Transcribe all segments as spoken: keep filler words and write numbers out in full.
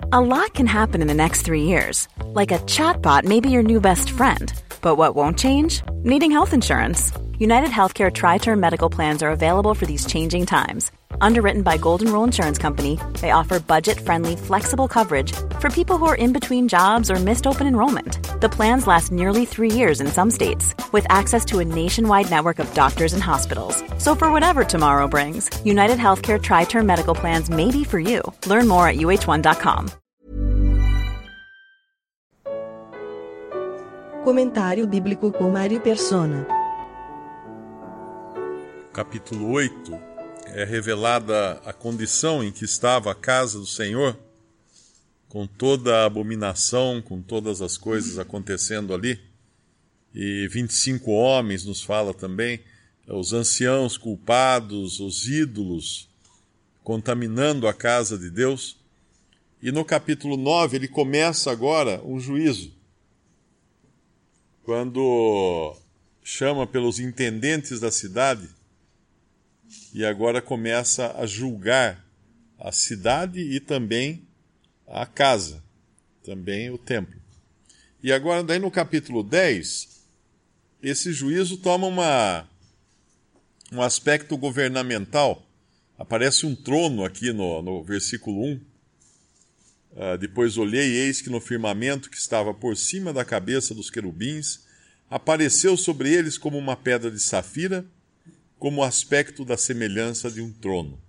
A lot can happen in the next three years. Like a chatbot may be your new best friend. But what won't change? Needing health insurance. United Healthcare Tri-Term Medical Plans are available for these changing times. Underwritten by Golden Rule Insurance Company, they offer budget-friendly, flexible coverage for people who are in between jobs or missed open enrollment. The plans last nearly three years in some states, with access to a nationwide network of doctors and hospitals. So for whatever tomorrow brings, United Healthcare Tri-Term Medical Plans may be for you. Learn more at U H one dot com. Comentário bíblico com Mário Persona. Capítulo oito. É revelada a condição em que estava a casa do Senhor, com toda a abominação, com todas as coisas acontecendo ali. E vinte e cinco homens nos fala também, os anciãos culpados, os ídolos, contaminando a casa de Deus. E no capítulo nove ele começa agora um juízo, quando chama pelos intendentes da cidade, e agora começa a julgar a cidade e também a casa, também o templo. E agora, daí no capítulo dez, esse juízo toma uma, um aspecto governamental. Aparece um trono aqui no, no versículo um. Uh, depois olhei, e eis que no firmamento que estava por cima da cabeça dos querubins, apareceu sobre eles como uma pedra de safira, como o aspecto da semelhança de um trono.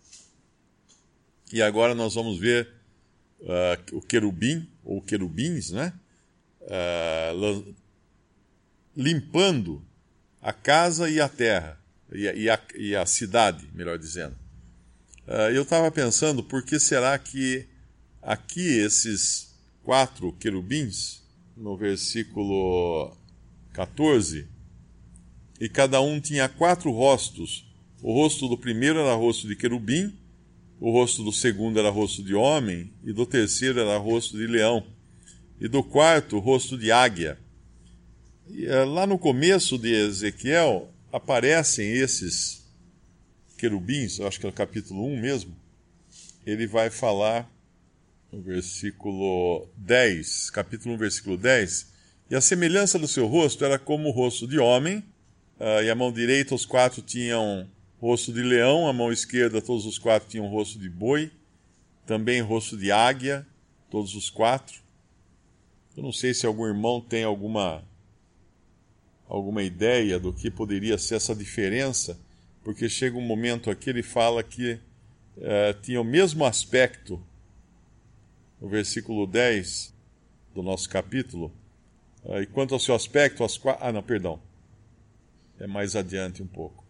E agora nós vamos ver uh, o querubim, ou querubins, né? Uh, limpando a casa e a terra, e a, e a, e a cidade, melhor dizendo. Uh, eu estava pensando, por que será que aqui esses quatro querubins, no versículo catorze, e cada um tinha quatro rostos. O rosto do primeiro era rosto de querubim, o rosto do segundo era rosto de homem, e do terceiro era rosto de leão, e do quarto, rosto de águia. E, lá no começo de Ezequiel, aparecem esses querubins, eu acho que é o capítulo um mesmo. Ele vai falar no versículo dez, capítulo um, versículo dez, e a semelhança do seu rosto era como o rosto de homem, Uh, e a mão direita os quatro tinham rosto de leão, a mão esquerda todos os quatro tinham rosto de boi, também rosto de águia, todos os quatro. Eu não sei se algum irmão tem alguma, alguma ideia do que poderia ser essa diferença, porque chega um momento aqui, ele fala que uh, tinha o mesmo aspecto, no versículo dez do nosso capítulo, uh, e quanto ao seu aspecto, as quatro... Ah, não, perdão. É mais adiante um pouco.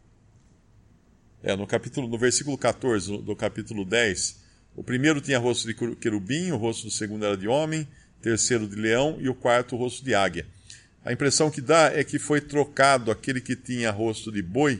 É, no capítulo, no versículo catorze do capítulo dez, o primeiro tinha rosto de querubim, o rosto do segundo era de homem, o terceiro de leão e o quarto o rosto de águia. A impressão que dá é que foi trocado aquele que tinha rosto de boi,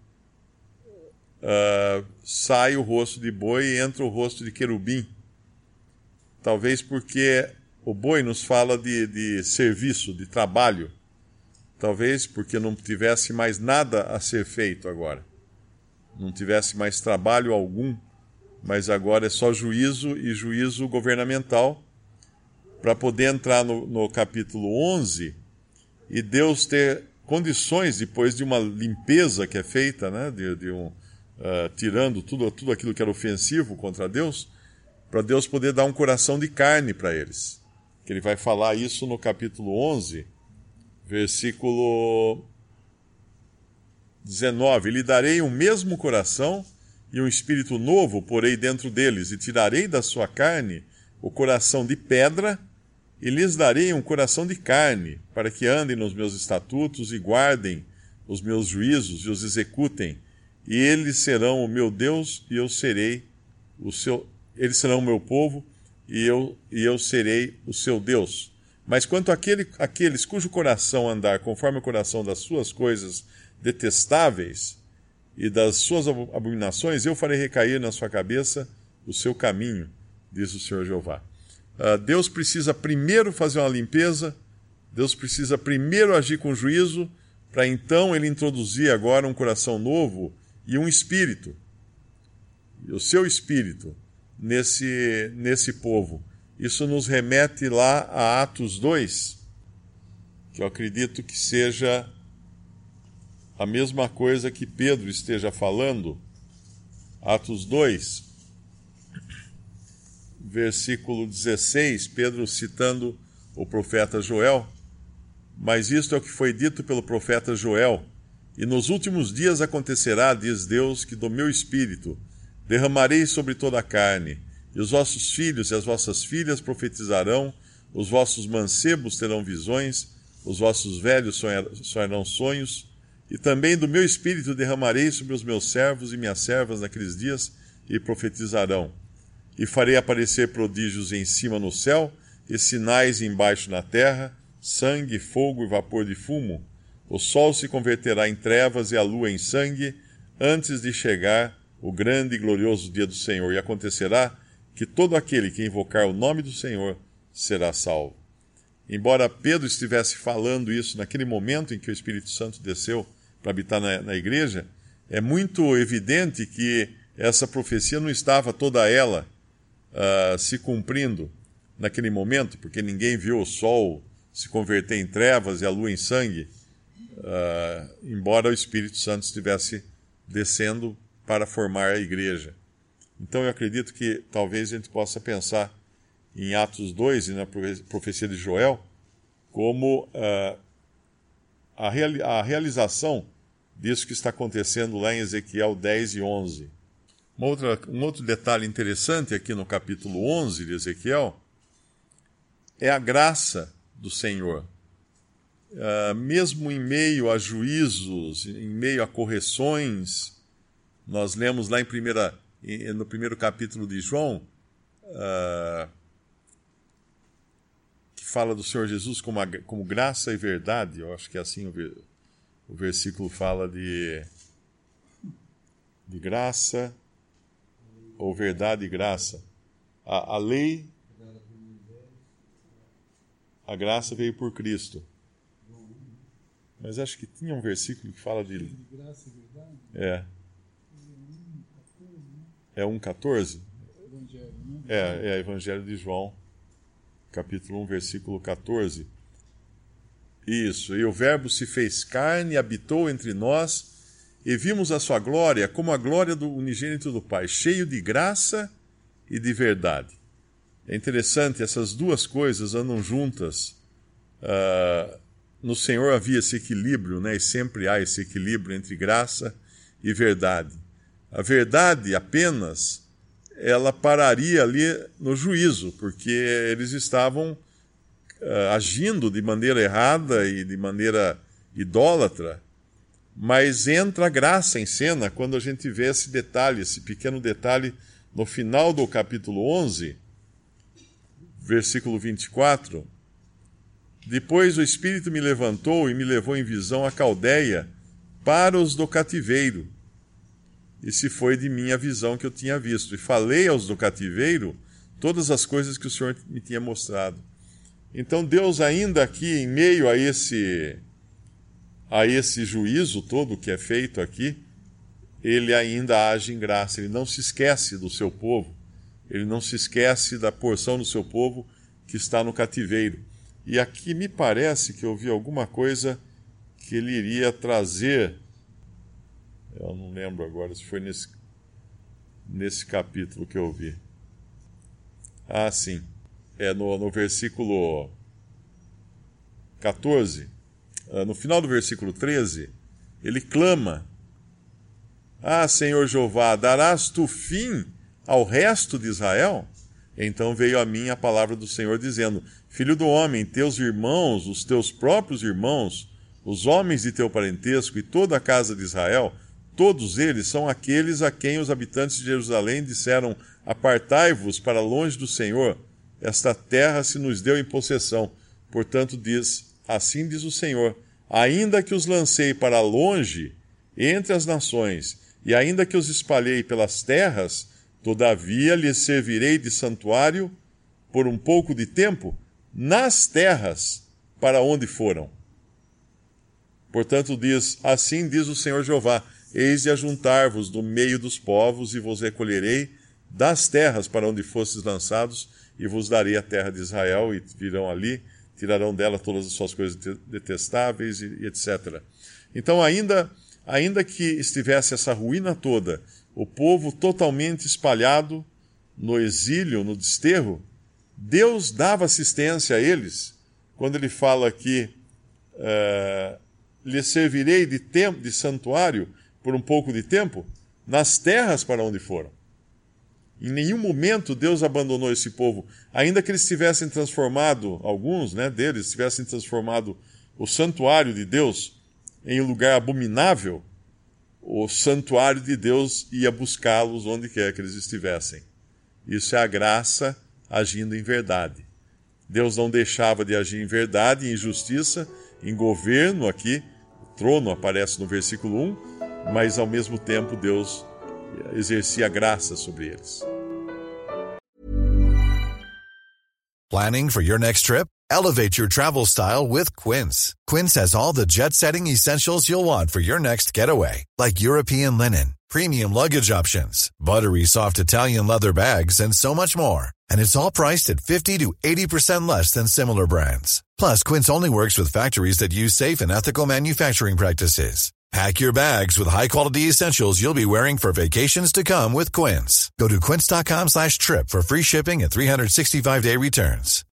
uh, sai o rosto de boi e entra o rosto de querubim. Talvez porque o boi nos fala de, de serviço, de trabalho. Talvez porque não tivesse mais nada a ser feito agora. Não tivesse mais trabalho algum, mas agora é só juízo e juízo governamental, para poder entrar no, no capítulo onze e Deus ter condições, depois de uma limpeza que é feita, né, de, de um, uh, tirando tudo, tudo aquilo que era ofensivo contra Deus, para Deus poder dar um coração de carne para eles. Que ele vai falar isso no capítulo onze, versículo dezenove. Lhe darei o mesmo coração e um espírito novo porei dentro deles, e tirarei da sua carne o coração de pedra, e lhes darei um coração de carne, para que andem nos meus estatutos e guardem os meus juízos e os executem. E eles serão o meu Deus, e eu serei o seu... Eles serão o meu povo, e eu, e eu serei o seu Deus. Mas quanto àquele, àqueles cujo coração andar conforme o coração das suas coisas detestáveis e das suas abominações, eu farei recair na sua cabeça o seu caminho, diz o Senhor Jeová. Uh, Deus precisa primeiro fazer uma limpeza, Deus precisa primeiro agir com juízo, para então ele introduzir agora um coração novo e um espírito. E o seu espírito nesse, nesse povo. Isso nos remete lá a Atos dois, que eu acredito que seja a mesma coisa que Pedro esteja falando. Atos dois, versículo dezesseis, Pedro citando o profeta Joel. Mas isto é o que foi dito pelo profeta Joel. E nos últimos dias acontecerá, diz Deus, que do meu espírito derramarei sobre toda a carne, e os vossos filhos e as vossas filhas profetizarão, os vossos mancebos terão visões, os vossos velhos sonharão sonhos, e também do meu espírito derramarei sobre os meus servos e minhas servas naqueles dias, e profetizarão. E farei aparecer prodígios em cima no céu, e sinais embaixo na terra, sangue, fogo e vapor de fumo. O sol se converterá em trevas e a lua em sangue, antes de chegar o grande e glorioso dia do Senhor. E acontecerá que todo aquele que invocar o nome do Senhor será salvo. Embora Pedro estivesse falando isso naquele momento em que o Espírito Santo desceu para habitar na, na igreja, é muito evidente que essa profecia não estava toda ela uh, se cumprindo naquele momento, porque ninguém viu o sol se converter em trevas e a lua em sangue, uh, embora o Espírito Santo estivesse descendo para formar a igreja. Então eu acredito que talvez a gente possa pensar em Atos dois e na profecia de Joel como uh, a, reali- a realização disso que está acontecendo lá em Ezequiel dez e onze. Uma outra, um outro detalhe interessante aqui no capítulo onze de Ezequiel é a graça do Senhor. Uh, mesmo em meio a juízos, em meio a correções, nós lemos lá em primeira, no primeiro capítulo de João, uh, que fala do Senhor Jesus como, a, como graça e verdade. Eu acho que é assim o, ver, o versículo fala de, de graça, ou verdade e graça. A, a lei, a graça veio por Cristo. Mas acho que tinha um versículo que fala de... de graça e verdade? É. É um catorze? É, é Evangelho de João, capítulo um, versículo catorze. Isso. E o Verbo se fez carne e habitou entre nós, e vimos a sua glória como a glória do unigênito do Pai, cheio de graça e de verdade. É interessante, essas duas coisas andam juntas. Uh, no Senhor havia esse equilíbrio, né? E sempre há esse equilíbrio entre graça e verdade. A verdade apenas, ela pararia ali no juízo, porque eles estavam uh, agindo de maneira errada e de maneira idólatra, mas entra a graça em cena quando a gente vê esse detalhe, esse pequeno detalhe no final do capítulo onze, versículo vinte e quatro. Depois o Espírito me levantou e me levou em visão a Caldeia para os do cativeiro. E se foi de mim a visão que eu tinha visto. E falei aos do cativeiro todas as coisas que o Senhor me tinha mostrado. Então Deus, ainda aqui, em meio a esse, a esse juízo todo que é feito aqui, Ele ainda age em graça. Ele não se esquece do seu povo. Ele não se esquece da porção do seu povo que está no cativeiro. E aqui me parece que eu vi alguma coisa que Ele iria trazer... Eu não lembro agora se foi nesse, nesse capítulo que eu vi. Ah, sim. É no, no versículo catorze. No final do versículo treze, ele clama: Ah, Senhor Jeová, darás tu fim ao resto de Israel? Então veio a mim a palavra do Senhor dizendo: Filho do homem, teus irmãos, os teus próprios irmãos, os homens de teu parentesco e toda a casa de Israel, todos eles são aqueles a quem os habitantes de Jerusalém disseram: Apartai-vos para longe do Senhor, esta terra se nos deu em possessão. Portanto diz, assim diz o Senhor: ainda que os lancei para longe entre as nações, e ainda que os espalhei pelas terras, todavia lhes servirei de santuário por um pouco de tempo nas terras para onde foram. Portanto diz, assim diz o Senhor Jeová: Eis de ajuntar-vos do meio dos povos, e vos recolherei das terras para onde fostes lançados, e vos darei a terra de Israel, e virão ali, tirarão dela todas as suas coisas detestáveis, e, e etcétera. Então, ainda, ainda que estivesse essa ruína toda, o povo totalmente espalhado no exílio, no desterro, Deus dava assistência a eles, quando ele fala que uh, lhe servirei de, tempo, de santuário por um pouco de tempo, nas terras para onde foram. Em nenhum momento Deus abandonou esse povo, ainda que eles tivessem transformado, alguns né, deles tivessem transformado o santuário de Deus em um lugar abominável, o santuário de Deus ia buscá-los onde quer que eles estivessem. Isso é a graça agindo em verdade. Deus não deixava de agir em verdade, em justiça, em governo aqui. O trono aparece no versículo um, mas ao mesmo tempo Deus exercia graça sobre eles. Planning for your next trip? Elevate your travel style with Quince. Quince has all the jet-setting essentials you'll want for your next getaway, like European linen, premium luggage options, buttery soft Italian leather bags, and so much more. And it's all priced at fifty to eighty percent less than similar brands. Plus, Quince only works with factories that use safe and ethical manufacturing practices. Pack your bags with high-quality essentials you'll be wearing for vacations to come with Quince. Go to quince.com slash trip for free shipping and three sixty-five day returns.